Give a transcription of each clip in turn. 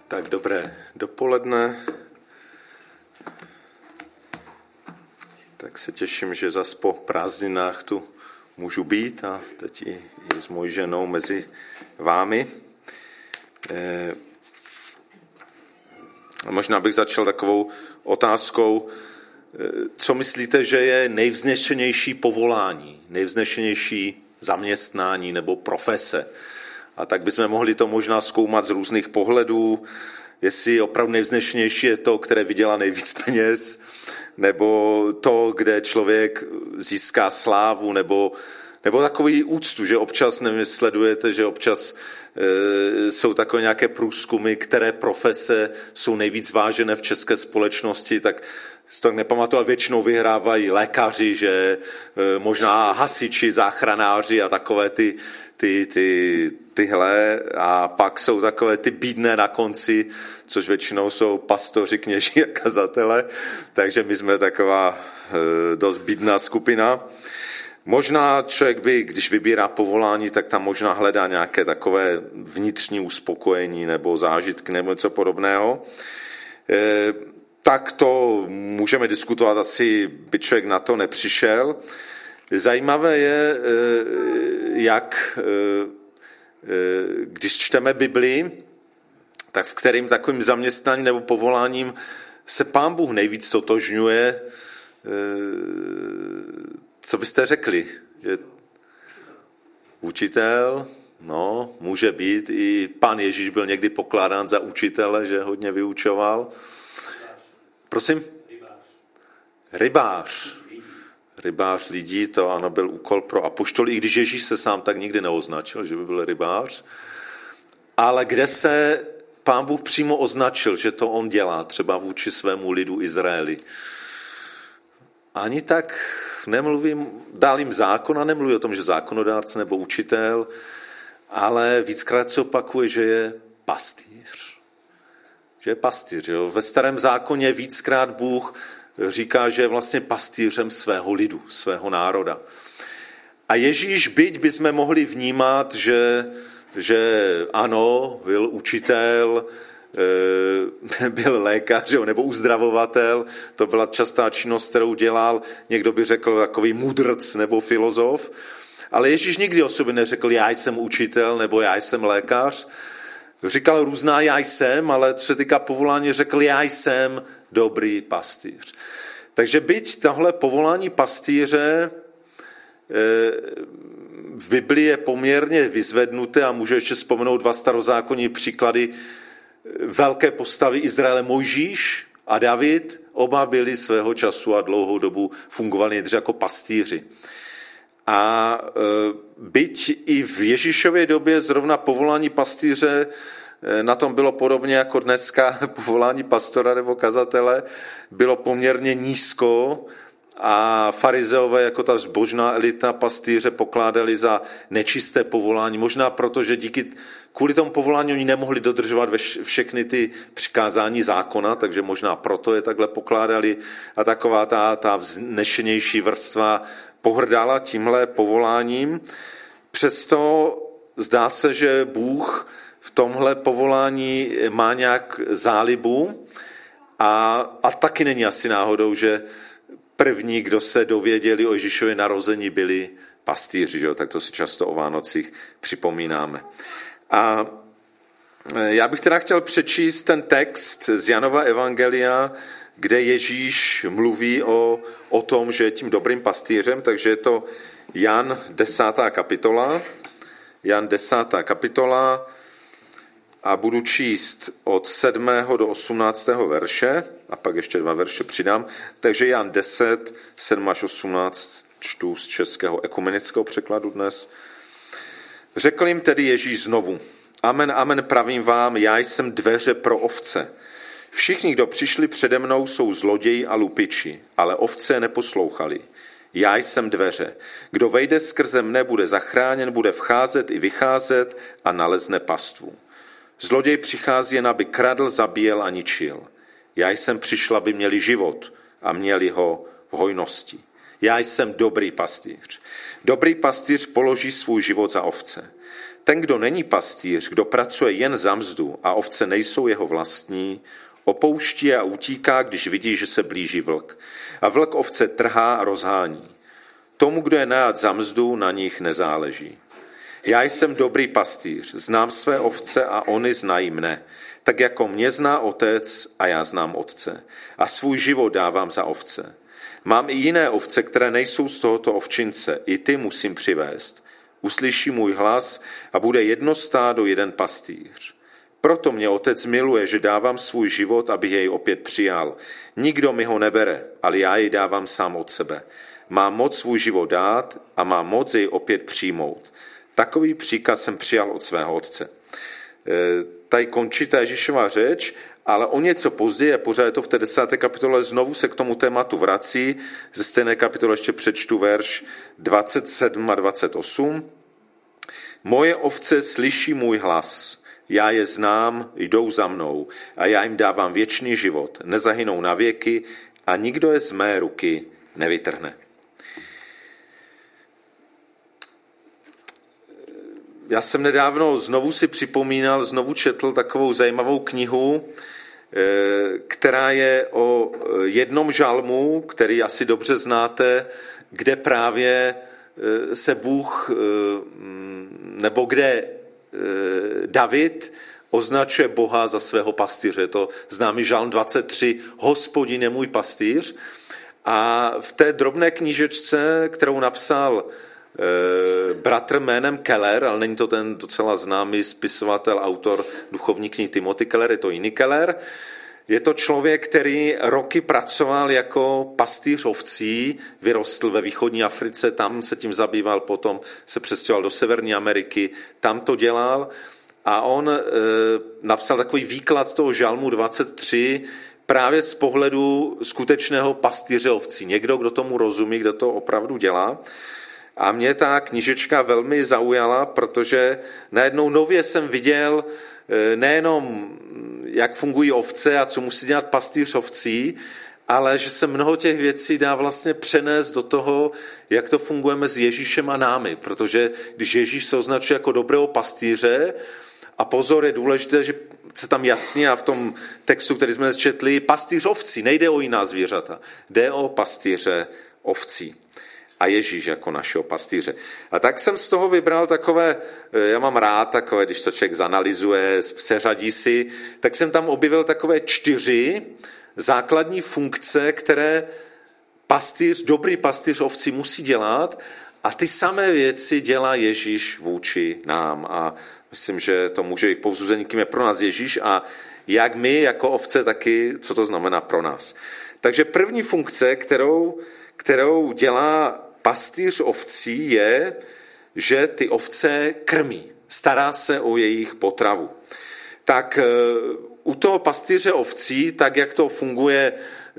Tak dobré dopoledne. Tak se těším, že zas po prázdninách tu můžu být a teď i s mojí ženou mezi vámi. Možná bych začal takovou otázkou, co myslíte, že je nejvznešenější povolání, nejvznešenější zaměstnání nebo profese? A tak bychom mohli to možná zkoumat z různých pohledů, jestli opravdu nejvznešenější je to, které vydělá nejvíc peněz, nebo to, kde člověk získá slávu, nebo takový úctu, že občas, nevím, sledujete, že občas jsou takové nějaké průzkumy, které profese jsou nejvíc vážené v české společnosti, tak si to nepamatuju, ale většinou vyhrávají lékaři, že možná hasiči, záchranáři a takové tyhle, a pak jsou takové ty bídné na konci, což většinou jsou pastoři, kněží a kazatele, takže my jsme taková dost bídná skupina. Možná člověk by, když vybírá povolání, tak tam možná hledá nějaké takové vnitřní uspokojení nebo zážitky nebo něco podobného. Tak to můžeme diskutovat, asi by člověk na to nepřišel. Zajímavé je, jak když čteme Biblii, tak s kterým takovým zaměstnáním nebo povoláním se Pán Bůh nejvíc totožňuje. Co byste řekli? Že učitel, no, může být, i Pán Ježíš byl někdy pokládán za učitele, že hodně vyučoval. Prosím? Rybář lidí, to ano, byl úkol pro apoštoly, i když Ježíš se sám tak nikdy neoznačil, že by byl rybář. Ale kde se Pán Bůh přímo označil, že to on dělá, třeba vůči svému lidu Izraeli. Ani tak nemluvím, dál jim zákon a nemluví o tom, že zákonodárce nebo učitel, ale víckrát se opakuje, že je pastýř. Že je pastýř. Jo? Ve Starém zákoně víckrát Bůh říká, že je vlastně pastýřem svého lidu, svého národa. A Ježíš, byť bychom mohli vnímat, že ano, byl učitel, byl lékař nebo uzdravovatel, to byla častá činnost, kterou dělal, někdo by řekl takový mudrc nebo filozof, ale Ježíš nikdy o sobě neřekl, já jsem učitel nebo já jsem lékař, říkal různá já jsem, ale co se týká povolání, řekl já jsem dobrý pastýř. Takže byť tohle povolání pastýře v Biblii je poměrně vyzvednuté a můžu ještě vzpomenout dva starozákonní příklady velké postavy Izraele, Mojžíš a David, oba byli svého času a dlouhou dobu fungovali nejdřív jako pastýři. A byť i v Ježíšově době zrovna povolání pastýře na tom bylo podobně jako dneska povolání pastora nebo kazatele, bylo poměrně nízko a farizeové jako ta zbožná elita pastýře pokládali za nečisté povolání. Možná proto, že kvůli tomu povolání oni nemohli dodržovat všechny ty přikázání zákona, takže možná proto je takhle pokládali a taková ta vznešenější vrstva pohrdala tímhle povoláním. Přesto zdá se, že Bůh v tomhle povolání má nějak zálibu a taky není asi náhodou, že první, kdo se dověděli o Ježíšově narození, byli pastýři, že? Tak to si často o Vánocích připomínáme. A já bych teda chtěl přečíst ten text z Janova evangelia, kde Ježíš mluví o tom, že je tím dobrým pastýřem, takže je to Jan 10. kapitola. Jan 10. kapitola a budu číst od 7. do 18. verše a pak ještě 2 verše přidám. Takže Jan 10, 7 až 18 čtu z českého ekumenického překladu dnes. Řekl jim tedy Ježíš znovu: Amen, amen, pravím vám, já jsem dveře pro ovce. Všichni, kdo přišli přede mnou, jsou zloději a lupiči, ale ovce neposlouchali. Já jsem dveře. Kdo vejde skrze mne, bude zachráněn, bude vcházet i vycházet a nalezne pastvu. Zloděj přichází jen, aby kradl, zabíjel a ničil. Já jsem přišel, aby měli život a měli ho v hojnosti. Já jsem dobrý pastýř. Dobrý pastýř položí svůj život za ovce. Ten, kdo není pastýř, kdo pracuje jen za mzdu a ovce nejsou jeho vlastní, opouští a utíká, když vidí, že se blíží vlk. A vlk ovce trhá a rozhání. Tomu, kdo je najat za mzdu, na nich nezáleží. Já jsem dobrý pastýř, znám své ovce a oni znají mne, tak jako mě zná otec a já znám otce. A svůj život dávám za ovce. Mám i jiné ovce, které nejsou z tohoto ovčince, i ty musím přivést. Uslyší můj hlas a bude jedno stádo, jeden pastýř. Proto mě otec miluje, že dávám svůj život, aby jej opět přijal. Nikdo mi ho nebere, ale já jej dávám sám od sebe. Mám moc svůj život dát a mám moc jej opět přijmout. Takový příkaz jsem přijal od svého otce. Tady končí ta Ježíšova řeč, ale o něco později, a pořád je to v té 10. kapitole, znovu se k tomu tématu vrací. Ze stejné kapitoly ještě přečtu verš 27 a 28. Moje ovce slyší můj hlas, já je znám, jdou za mnou a já jim dávám věčný život, nezahynou na věky a nikdo je z mé ruky nevytrhne. Já jsem nedávno znovu četl takovou zajímavou knihu, která je o jednom žalmu, který asi dobře znáte, kde právě se Bůh, nebo kde David označuje Boha za svého pastýře. Je to známý žalm 23, Hospodin je můj pastýř. A v té drobné knížečce, kterou napsal bratr jménem Keller, ale není to ten docela známý spisovatel, autor duchovní knihy Timothy Keller, je to jiný Keller. Je to člověk, který roky pracoval jako pastýř ovcí, vyrostl ve východní Africe, tam se tím zabýval, potom se přestěhoval do Severní Ameriky, tam to dělal a on napsal takový výklad toho žalmu 23 právě z pohledu skutečného pastýře ovcí. Někdo, kdo tomu rozumí, kdo to opravdu dělá. A mě ta knížečka velmi zaujala, protože najednou nově jsem viděl nejenom, jak fungují ovce a co musí dělat pastýř ovcí, ale že se mnoho těch věcí dá vlastně přenést do toho, jak to fungujeme s Ježíšem a námi. Protože když Ježíš se označuje jako dobrého pastýře, a pozor, je důležité, že se tam jasně a v tom textu, který jsme četli, pastýř ovcí, nejde o jiná zvířata, jde o pastýře ovcí. A Ježíš jako našeho pastýře. A tak jsem z toho vybral takové, já mám rád takové, když to člověk zanalyzuje, seřadí si, tak jsem tam objevil takové 4 základní funkce, které dobrý pastýř ovcí musí dělat a ty samé věci dělá Ježíš vůči nám. A myslím, že to může být povzbuzení, kým je pro nás Ježíš a jak my jako ovce taky, co to znamená pro nás. Takže první funkce, kterou dělá pastýř ovcí, je, že ty ovce krmí, stará se o jejich potravu. Tak u toho pastýře ovcí, tak jak to funguje,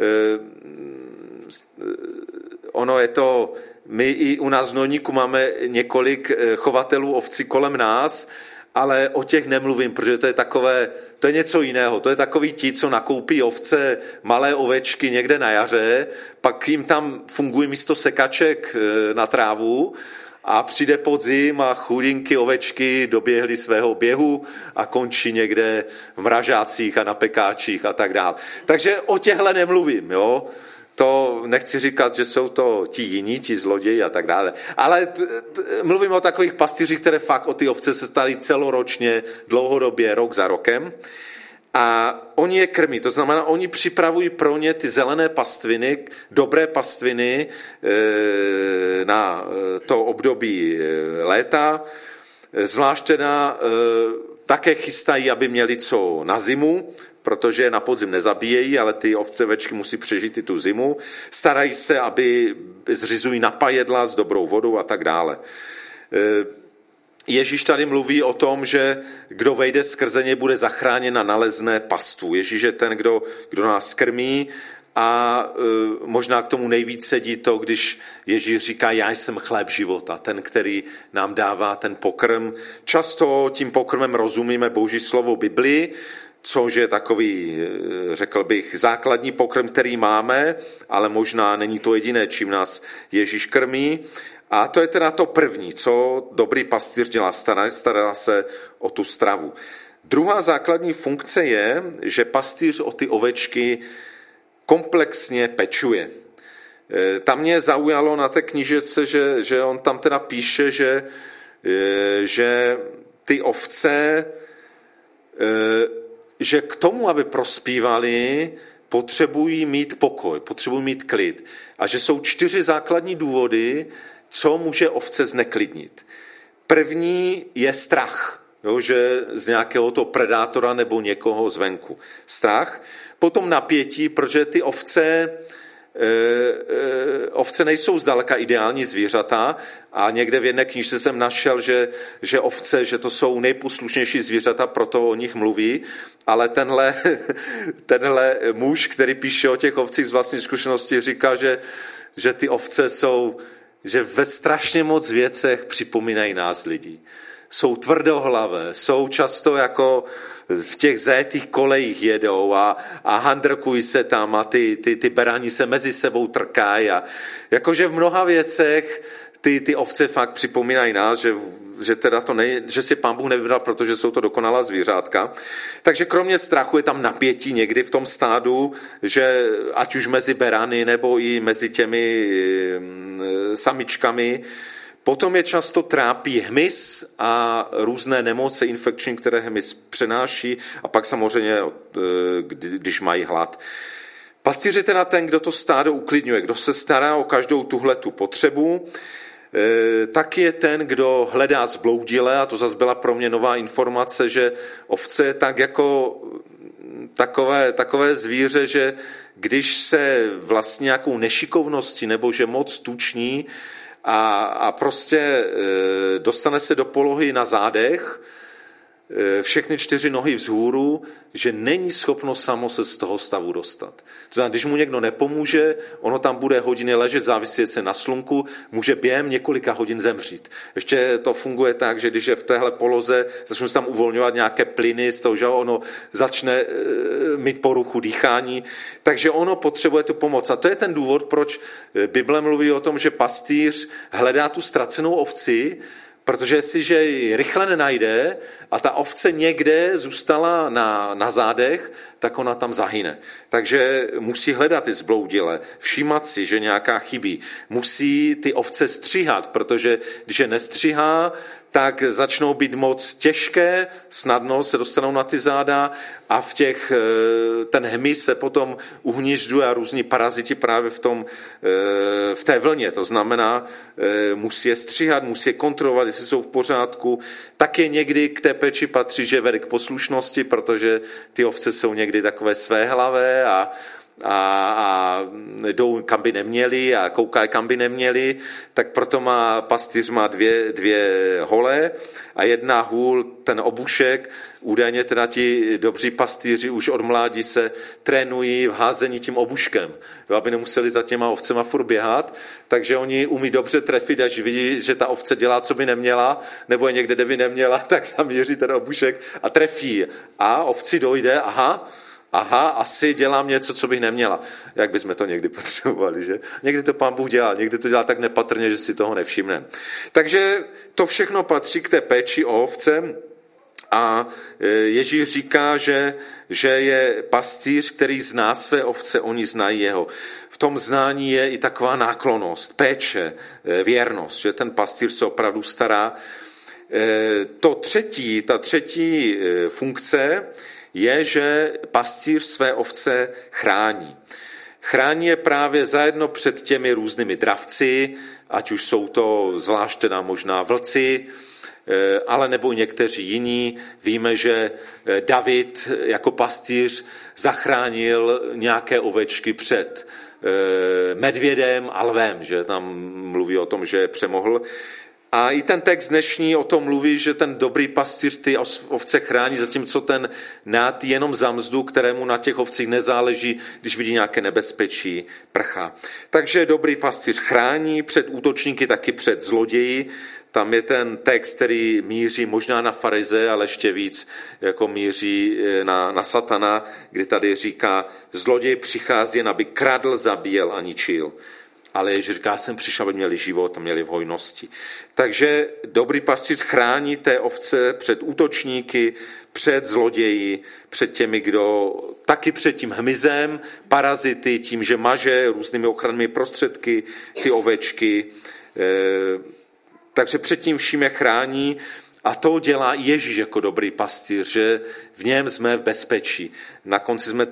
ono je to, my i u nás v Nojníku máme několik chovatelů ovcí kolem nás, ale o těch nemluvím, protože to je něco jiného. To je takový ti, co nakoupí ovce, malé ovečky někde na jaře, pak jim tam fungují místo sekaček na trávu a přijde podzim a chudinky ovečky doběhly svého běhu a končí někde v mražácích a na pekáčích a tak dále. Takže o těchhle nemluvím, jo. To nechci říkat, že jsou to ti jiní, ti zloději a tak dále. Ale mluvím o takových pastýřích, které fakt o ty ovce se starají celoročně, dlouhodobě, rok za rokem. A oni je krmí, to znamená, oni připravují pro ně ty zelené pastviny, dobré pastviny na to období léta. Zvlášť teda také chystají, aby měli co na zimu, protože na podzim nezabíjejí, ale ty ovce, večky musí přežít i tu zimu. Starají se, aby zřizují napajedla s dobrou vodou a tak dále. Ježíš tady mluví o tom, že kdo vejde skrze něj, bude zachráněn a nalezne pastu. Ježíš je ten, kdo nás krmí a možná k tomu nejvíc sedí to, když Ježíš říká, já jsem chléb života, ten, který nám dává ten pokrm. Často tím pokrmem rozumíme Boží slovo Biblii, což je takový, řekl bych, základní pokrm, který máme, ale možná není to jediné, čím nás Ježíš krmí. A to je teda to první, co dobrý pastýř dělá, stará se o tu stravu. Druhá základní funkce je, že pastýř o ty ovečky komplexně pečuje. Tam mě zaujalo na té knížece, že on tam teda píše, že ty ovce, že k tomu, aby prospívali, potřebují mít pokoj, potřebují mít klid. A že jsou 4 základní důvody, co může ovce zneklidnit. První je strach, že z nějakého toho predátora nebo někoho zvenku. Strach. Potom napětí, protože ty ovce nejsou zdaleka ideální zvířata a někde v jedné knížce jsem našel, že ovce, že to jsou nejposlušnější zvířata, proto o nich mluví, ale tenhle muž, který píše o těch ovcích z vlastní zkušenosti, říká, že ty ovce jsou, že ve strašně moc věcech připomínají nás lidí. Jsou tvrdohlavé, jsou často jako v těch zajetých kolejích jedou a handrkují se tam a ty berani se mezi sebou trkají. Jakože v mnoha věcech ty ovce fakt připomínají nás, že teda že si Pán Bůh nevybral, protože jsou to dokonalá zvířátka. Takže kromě strachu je tam napětí někdy v tom stádu, že ať už mezi berany nebo i mezi těmi samičkami. Potom je často trápí hmyz a různé nemoci infekční, které hmyz přenáší a pak samozřejmě, když mají hlad. Pastýř je teda ten, kdo to stádo uklidňuje, kdo se stará o každou tuhletu potřebu, taky je ten, kdo hledá zbloudile, a to zase byla pro mě nová informace, že ovce je tak jako takové zvíře, že když se vlastně nějakou nešikovností nebo že moc tuční a prostě dostane se do polohy na zádech, všechny 4 nohy vzhůru, že není schopno samo se z toho stavu dostat. To znamená, když mu někdo nepomůže, ono tam bude hodiny ležet, závisí se na slunku, může během několika hodin zemřít. Ještě to funguje tak, že když je v téhle poloze, začnou se tam uvolňovat nějaké plyny z toho, že ono začne mít poruchu dýchání, takže ono potřebuje tu pomoc. A to je ten důvod, proč Bible mluví o tom, že pastýř hledá tu ztracenou ovci, protože jestliže ji rychle nenajde a ta ovce někde zůstala na zádech, tak ona tam zahyne. Takže musí hledat ty zbloudile, všímat si, že nějaká chybí. Musí ty ovce stříhat, protože když je nestříhá, tak začnou být moc těžké, snadno se dostanou na ty záda a ten hmyz se potom uhnížďuje a různí paraziti právě v té vlně. To znamená, musí je stříhat, musí je kontrolovat, jestli jsou v pořádku. Také někdy k té péči patří, že vede k poslušnosti, protože ty ovce jsou někdy takové svéhlavé a jdou kam by neměli a koukají kam by neměli, tak proto pastýř má dvě hole a jedna hůl, ten obušek, údajně teda ti dobří pastýři už od mládí se trénují v házení tím obuškem, aby nemuseli za těma ovcema furt běhat, takže oni umí dobře trefit, až vidí, že ta ovce dělá, co by neměla, nebo je někde, kde by neměla, tak zamíří ten obušek a trefí. A ovci dojde, aha, asi dělám něco, co bych neměla. Jak bychom to někdy potřebovali, že? Někdy to Pán Bůh dělá, někdy to dělá tak nepatrně, že si toho nevšimne. Takže to všechno patří k té péči o ovce a Ježíš říká, že je pastýř, který zná své ovce, oni znají jeho. V tom znání je i taková náklonnost, péče, věrnost, že ten pastýř se opravdu stará. Ta třetí funkce je, že pastýř své ovce chrání. Chrání je právě zajedno před těmi různými dravci, ať už jsou to zvlášť teda možná vlci, ale nebo někteří jiní. Víme, že David jako pastýř zachránil nějaké ovečky před medvědem a lvem, že tam mluví o tom, že je přemohl. A i ten text dnešní o tom mluví, že ten dobrý pastýř ty ovce chrání, zatímco ten nád jenom za mzdu, kterému na těch ovcích nezáleží, když vidí nějaké nebezpečí, prchá. Takže dobrý pastýř chrání před útočníky, taky před zloději. Tam je ten text, který míří možná na farize, ale ještě víc jako míří na satana, kdy tady říká, zloděj přichází jen, aby kradl, zabíjel a ničil. ale Ježíš říká, já jsem přišel, aby měli život a měli v hojnosti. Takže dobrý pastýř chrání té ovce před útočníky, před zloději, před těmi, kdo taky před tím hmyzem, parazity, tím, že maže různými ochrannými prostředky ty ovečky. Takže před tím vším je chrání. A to dělá Ježíš jako dobrý pastýř, že v něm jsme v bezpečí. Na konci jsme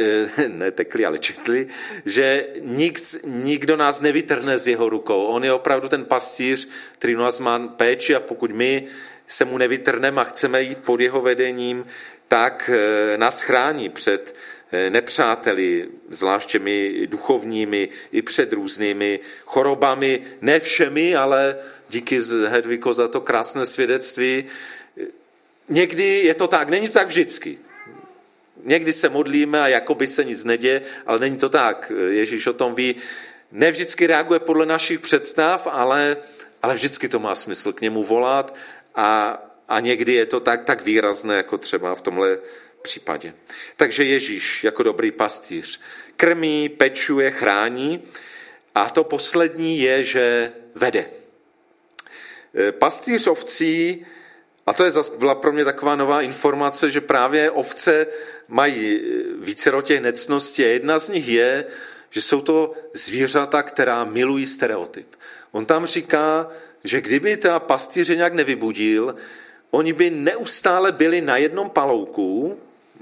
ale četli, že nikdo nás nevytrhne z jeho rukou. On je opravdu ten pastýř, který nás má péči a pokud my se mu nevytrhneme a chceme jít pod jeho vedením, tak nás chrání před nepřáteli, zvláště my duchovními, i před různými chorobami, ne všemi, ale díky Hedviko za to krásné svědectví. Někdy je to tak, není to tak vždycky. Někdy se modlíme a jakoby se nic neděje, ale není to tak. Ježíš o tom ví. Ne vždycky reaguje podle našich představ, ale vždycky to má smysl k němu volat a někdy je to tak výrazné, jako třeba v tomhle případě. Takže Ježíš jako dobrý pastýř krmí, pečuje, chrání a to poslední je, že vede. Pastýř ovcí, a to byla pro mě taková nová informace, že právě ovce mají vícero těch necností a jedna z nich je, že jsou to zvířata, která milují stereotyp. On tam říká, že kdyby teda pastýře nějak nevybudil, oni by neustále byli na jednom palouku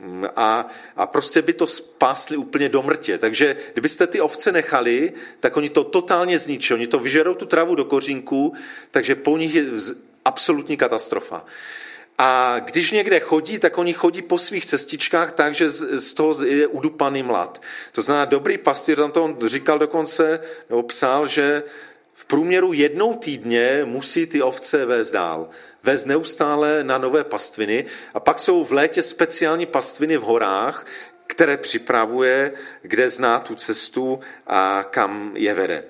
a prostě by to spásli úplně do mrtě. Takže kdybyste ty ovce nechali, tak oni to totálně zničí. Oni to vyžerou tu travu do kořínků, takže po nich je absolutní katastrofa. A když někde chodí, tak oni chodí po svých cestičkách tak, že z toho je udupaný mlad. To znamená, dobrý pastýř, tam to on říkal dokonce, nebo psal, že v průměru jednou týdně musí ty ovce vést dál. Vést neustále na nové pastviny a pak jsou v létě speciální pastviny v horách, které připravuje, kde zná tu cestu a kam je vede.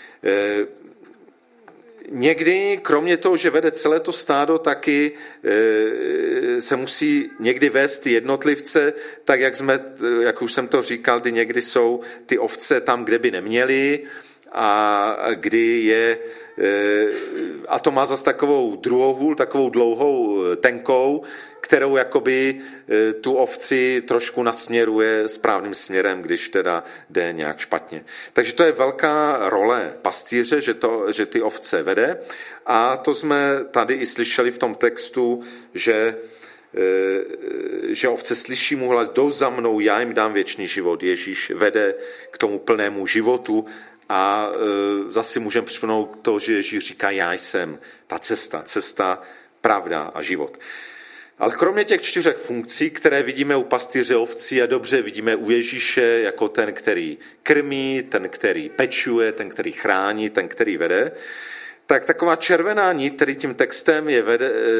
Někdy, kromě toho, že vede celé to stádo, taky se musí někdy vést ty jednotlivce, tak jak už jsem to říkal, kdy někdy jsou ty ovce tam, kde by neměly, a kdy je, a to má zase takovou druhohůl, takovou dlouhou, tenkou, kterou jakoby tu ovci trošku nasměruje správným směrem, když teda jde nějak špatně. Takže to je velká role pastýře, že ty ovce vede. A to jsme tady i slyšeli v tom textu, že ovce slyší mu hlas, jdou za mnou, já jim dám věčný život. Ježíš vede k tomu plnému životu. A zase můžeme připomenout to, že Ježíš říká, já jsem ta cesta, pravda a život. Ale kromě těch 4 funkcí, které vidíme u pastýře ovcí a dobře vidíme u Ježíše jako ten, který krmí, ten, který pečuje, ten, který chrání, ten, který vede, tak taková červená nit, který tím textem je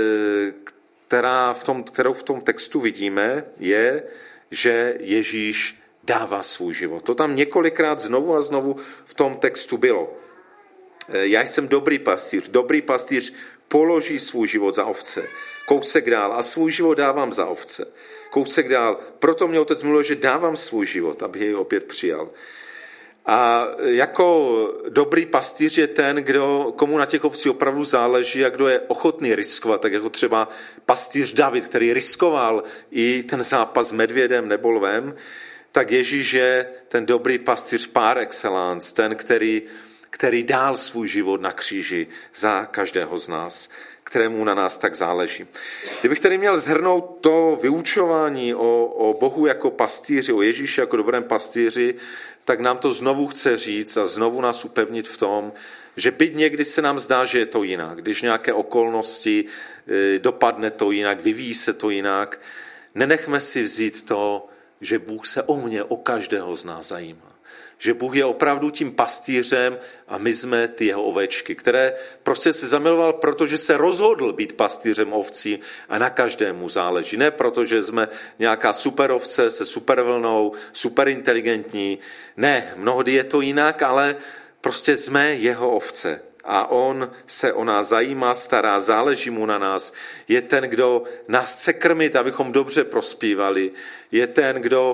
kterou v tom textu vidíme, je, že Ježíš dává svůj život. To tam několikrát znovu a znovu v tom textu bylo. Já jsem dobrý pastýř položí svůj život za ovce. Kousek dál a svůj život dávám za ovce. Kousek dál, proto mě otec mluvil, že dávám svůj život, aby jej opět přijal. A jako dobrý pastýř je ten, komu na těch ovcích opravdu záleží a kdo je ochotný riskovat, tak jako třeba pastýř David, který riskoval i ten zápas s medvědem nebo lvem, tak Ježíš je ten dobrý pastýř par excellence, ten, který dál svůj život na kříži za každého z nás, kterému na nás tak záleží. Kdybych tady měl shrnout to vyučování o Bohu jako pastýři, o Ježíši jako dobrém pastýři, tak nám to znovu chce říct a znovu nás upevnit v tom, že byť někdy se nám zdá, že je to jinak, když nějaké okolnosti dopadne to jinak, vyvíjí se to jinak, nenechme si vzít to, že Bůh se o každého z nás zajímá. Že Bůh je opravdu tím pastýřem a my jsme ty jeho ovečky, které prostě se zamiloval, protože se rozhodl být pastýřem ovcí a na každému záleží. Ne protože jsme nějaká super ovce se super vlnou, super inteligentní. Ne, mnohdy je to jinak, ale prostě jsme jeho ovce. A on se o nás zajímá, stará, záleží mu na nás. Je ten, kdo nás chce krmit, abychom dobře prospívali. Je ten, kdo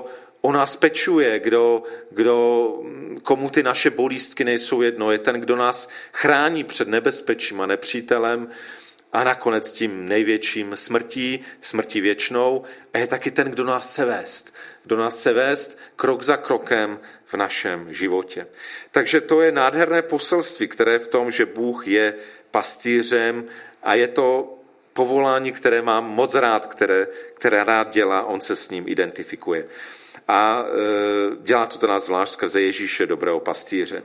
o nás pečuje, komu ty naše bolístky nejsou jedno, je ten, kdo nás chrání před nebezpečím a nepřítelem a nakonec tím největším smrtí věčnou a je taky ten, kdo nás chce vést krok za krokem v našem životě. Takže to je nádherné poselství, které je v tom, že Bůh je pastýřem a je to povolání, které mám moc rád, které rád dělá, on se s ním identifikuje. A dělá to teda zvlášť skrze Ježíše, dobrého pastýře.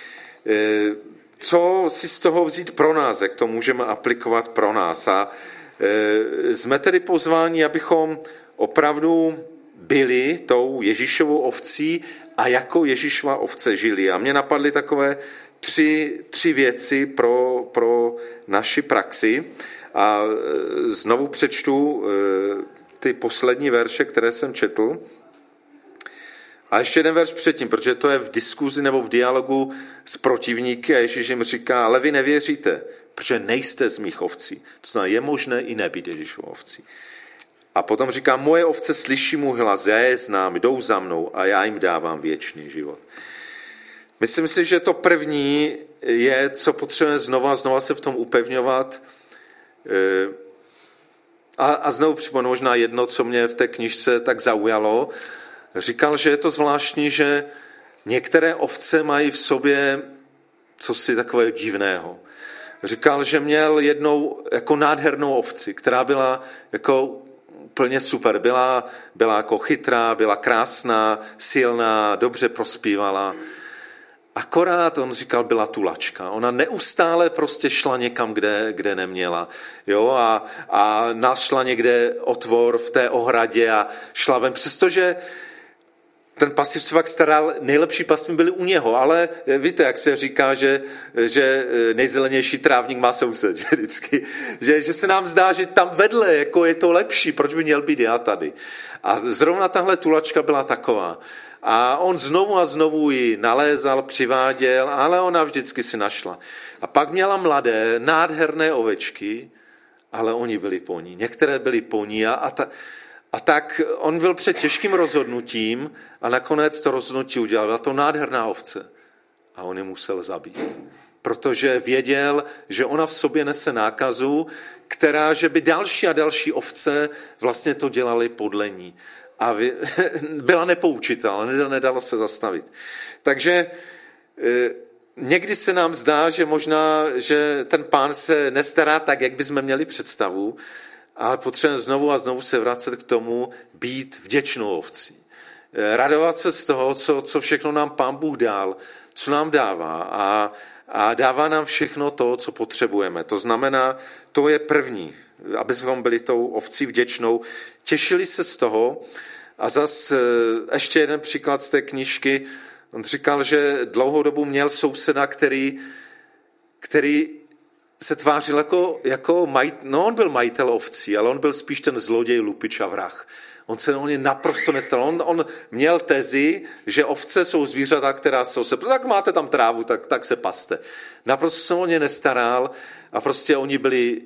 Co si z toho vzít pro nás, jak to můžeme aplikovat pro nás? A jsme tedy pozváni, abychom opravdu byli tou Ježíšovou ovcí a jako Ježíšova ovce žili. A mě napadly takové tři věci pro naši praxi. A znovu přečtu ty poslední verše, které jsem četl. A ještě jeden verš předtím, protože to je v diskuzi nebo v dialogu s protivníky a Ježíš jim říká, ale vy nevěříte, protože nejste z mých ovcí. To znamená, je možné i nebýt Ježíšovou ovcí. A potom říká, moje ovce slyší můj hlas, já je znám, jdou za mnou a já jim dávám věčný život. Myslím si, že to první je, co potřebujeme znova se v tom upevňovat. A znovu připomenu možná jedno, co mě v té knižce tak zaujalo. Říkal, že je to zvláštní, že některé ovce mají v sobě cosi takového divného. Říkal, že měl jednou jako nádhernou ovci, která byla jako úplně super. Byla jako chytrá, byla krásná, silná, dobře prospívala. Akorát, on říkal, byla tulačka. Ona neustále prostě šla někam, kde neměla. Jo? A našla někde otvor v té ohradě a šla ven. Přestože ten pastýř se fakt staral, nejlepší pastviny byly u něho, ale víte, jak se říká, že nejzelenější trávník má soused, že vždycky, že se nám zdá, že tam vedle jako je to lepší, proč by měl být já tady. A zrovna tahle tulačka byla taková. A on znovu a znovu ji nalézal, přiváděl, ale ona vždycky si našla. A pak měla mladé, nádherné ovečky, ale oni byli po ní. Některé byly po ní a tak on byl před těžkým rozhodnutím a nakonec to rozhodnutí udělal. Byla to nádherná ovce a on ji musel zabít. Protože věděl, že ona v sobě nese nákazu, že by další a další ovce vlastně to dělali podle ní. A byla nepoučitelná, nedala se zastavit. Takže někdy se nám zdá, že možná, že ten pán se nestará tak, jak bychom měli představu, ale potřebujeme znovu a znovu se vracet k tomu, být vděčnou ovcí. Radovat se z toho, co všechno nám pán Bůh dal, co nám dává a dává nám všechno to, co potřebujeme. To znamená, to je první, abychom byli tou ovcí vděčnou, těšili se z toho. A zas ještě jeden příklad z té knížky, on říkal, že dlouhou dobu měl souseda, který se tvářil jako on byl majitel ovcí, ale on byl spíš ten zloděj, lupič a vrah. On se o ně naprosto nestaral. On měl tezi, že ovce jsou zvířata, která jsou tak máte tam trávu, tak se paste. Naprosto se o ně nestaral a prostě oni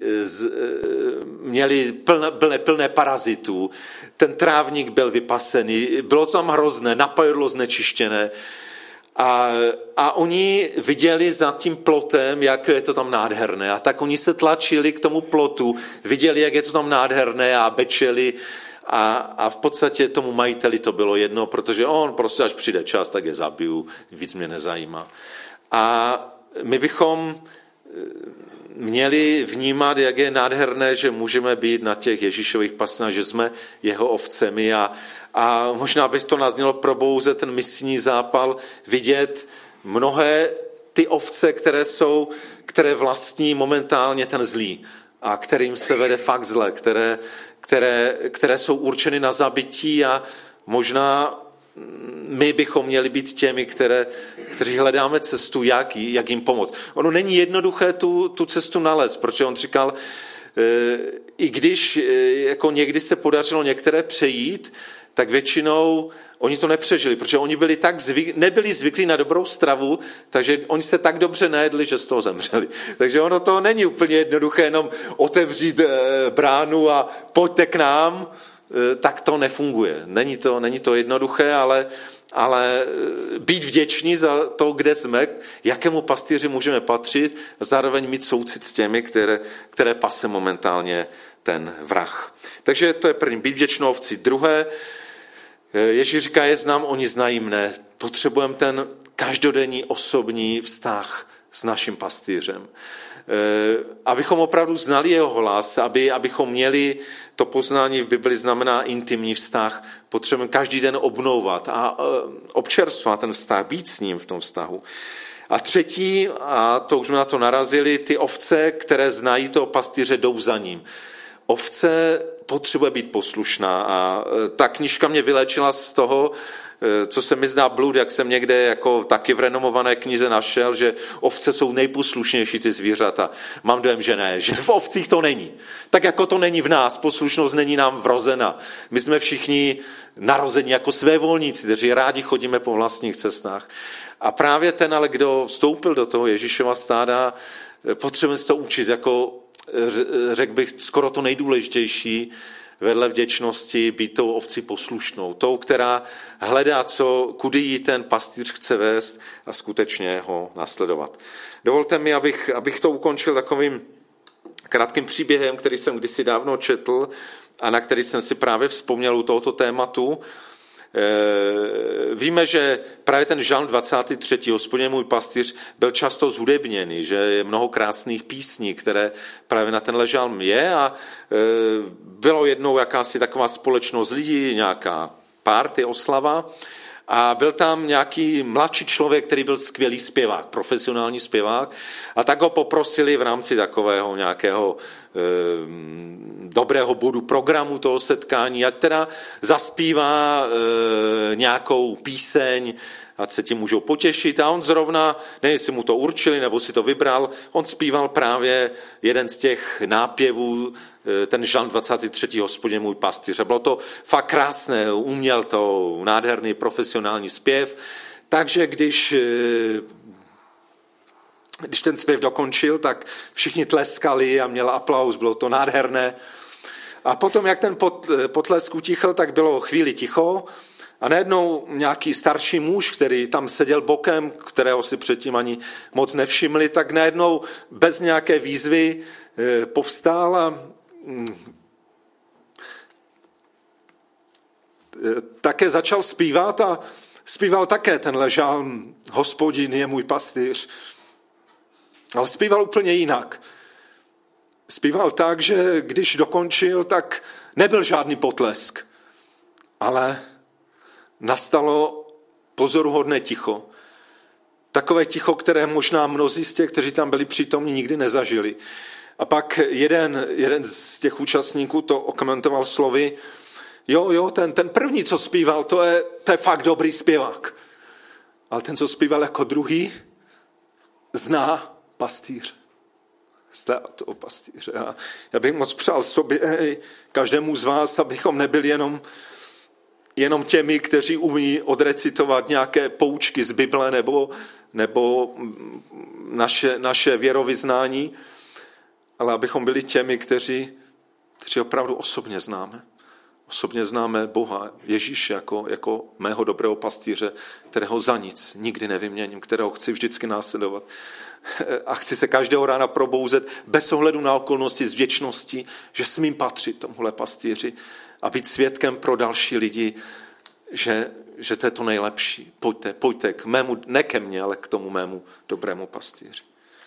měli plné parazitů. Ten trávník byl vypasený, bylo to tam hrozné, napojadlo znečištěné. A oni viděli za tím plotem, jak je to tam nádherné. A tak oni se tlačili k tomu plotu, viděli, jak je to tam nádherné a bečeli. A v podstatě tomu majiteli to bylo jedno, protože on prostě až přijde čas, tak je zabiju, víc mě nezajímá. A my bychom měli vnímat, jak je nádherné, že můžeme být na těch Ježíšových pastvinách, že jsme jeho ovcemi a možná by to nás mělo probouzet ten misijní zápal, vidět mnohé ty ovce, které vlastní momentálně ten zlý a kterým se vede fakt zle, které jsou určeny na zabití a možná my bychom měli být těmi, kteří hledáme cestu, jak jim pomoct. Ono není jednoduché tu cestu nalézt, protože on říkal, i když jako někdy se podařilo některé přejít, tak většinou oni to nepřežili, protože oni byli nebyli zvyklí na dobrou stravu, takže oni se tak dobře najedli, že z toho zemřeli. Takže ono to není úplně jednoduché jenom otevřít bránu a pojďte k nám, tak to nefunguje. Není to jednoduché, ale být vděční za to, kde jsme, jakému pastýři můžeme patřit, a zároveň mít soucit s těmi, které pase momentálně ten vrah. Takže to je první, být vděčnou ovci. Druhé, Ježíš říká, je znám, oni znají mne. Potřebujeme ten každodenní osobní vztah s naším pastýřem. Abychom opravdu znali jeho hlas, abychom měli to poznání v Bibli znamená intimní vztah, potřebujeme každý den obnovovat a občerstvovat ten vztah, být s ním v tom vztahu. A třetí, a to už jsme na to narazili, ty ovce, které znají toho pastýře, jdou za ním. Ovce potřebuje být poslušná a ta knížka mě vylečila z toho, co se mi zdá blud, jak jsem někde jako taky v renomované knize našel, že ovce jsou nejposlušnější ty zvířata. Mám dojem, že ne, že v ovcích to není. Tak jako to není v nás, poslušnost není nám vrozena. My jsme všichni narození jako svévolníci, kteří rádi chodíme po vlastních cestách. A právě ten, ale kdo vstoupil do toho Ježíšova stáda, potřebujeme se to učit, jako řekl bych, skoro to nejdůležitější, vedle vděčnosti být tou ovci poslušnou, tou, která hledá, kudy jí ten pastýř chce vést a skutečně ho nasledovat. Dovolte mi, abych to ukončil takovým krátkým příběhem, který jsem kdysi dávno četl a na který jsem si právě vzpomněl u tohoto tématu. Víme, že právě ten žalm 23. Hospodin můj pastýř byl často zhudebněný, že je mnoho krásných písní, které právě na tenhle žalm je a bylo jednou jakási taková společnost lidí, nějaká party, oslava a byl tam nějaký mladší člověk, který byl skvělý zpěvák, profesionální zpěvák a tak ho poprosili v rámci takového nějakého dobrého bodu programu toho setkání, ať teda zaspívá nějakou píseň, ať se tím můžou potěšit a on zrovna, nevím, jestli mu to určili nebo si to vybral, on zpíval právě jeden z těch nápěvů, ten žalm 23. Hospodin můj pastýř. Bylo to fakt krásné, uměl to nádherný profesionální zpěv, takže když ten zpěv dokončil, tak všichni tleskali a měl aplaus, bylo to nádherné. A potom, jak ten potlesk utichl, tak bylo chvíli ticho a najednou nějaký starší muž, který tam seděl bokem, kterého si předtím ani moc nevšimli, tak najednou bez nějaké výzvy povstál a také začal zpívat a zpíval také tenhle žalm Hospodin je můj pastýř. Ale zpíval úplně jinak. Zpíval tak, že když dokončil, tak nebyl žádný potlesk, ale nastalo pozoruhodné ticho. Takové ticho, které možná mnozí z těch, kteří tam byli přítomní, nikdy nezažili. A pak jeden z těch účastníků to okomentoval slovy, jo, ten první, co zpíval, to je fakt dobrý zpěvák. Ale ten, co zpíval jako druhý, zná pastýře. Zná toho pastýře. A já bych moc přál sobě, každému z vás, abychom nebyli jenom těmi, kteří umí odrecitovat nějaké poučky z Bible nebo naše věrovyznání, ale abychom byli těmi, kteří opravdu osobně známe. Osobně známe Boha, Ježíše jako mého dobrého pastýře, kterého za nic nikdy nevyměním, kterého chci vždycky následovat. A chci se každého rána probouzet bez ohledu na okolnosti s vděčností, že smím patřit tomuhle pastýři a být svědkem pro další lidi, že to je to nejlepší. Pojďte k mému, ne ke mně, ale k tomu mému dobrému pastýři.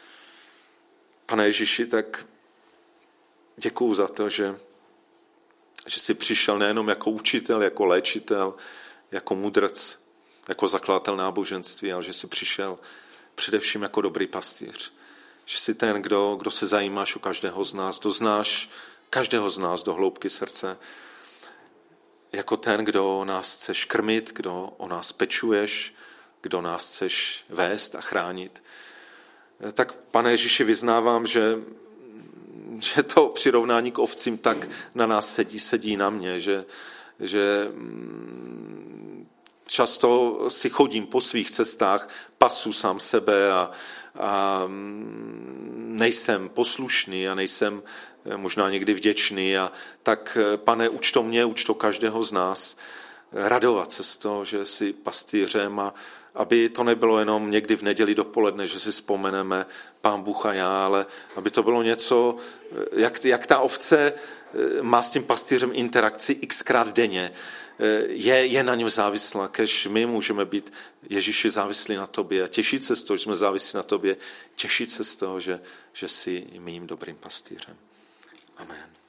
Pane Ježíši, tak děkuju za to, že jsi přišel nejenom jako učitel, jako léčitel, jako mudrc, jako zakladatel náboženství, ale že jsi přišel především jako dobrý pastýř. Že jsi ten, kdo se zajímáš o každého z nás, kdo znáš každého z nás do hloubky srdce, jako ten, kdo nás chceš krmit, kdo o nás pečuješ, kdo nás chceš vést a chránit. Tak, Pane Ježíši, vyznávám, že to přirovnání k ovcím tak na nás sedí na mě, že často si chodím po svých cestách, pasu sám sebe a nejsem poslušný a nejsem možná někdy vděčný, a tak, Pane, uč to mě, uč to každého z nás, radovat se z toho, že jsi pastýřem, a aby to nebylo jenom někdy v neděli dopoledne, že si vzpomeneme Pán Bůh a já, ale aby to bylo něco, jak ta ovce má s tím pastýřem interakci xkrát denně, je na něm závislá, kež my můžeme být, Ježíši, závislí na tobě a těšit se z toho, že jsme závislí na tobě, těšit se z toho, že jsi mým dobrým pastýřem. Amen.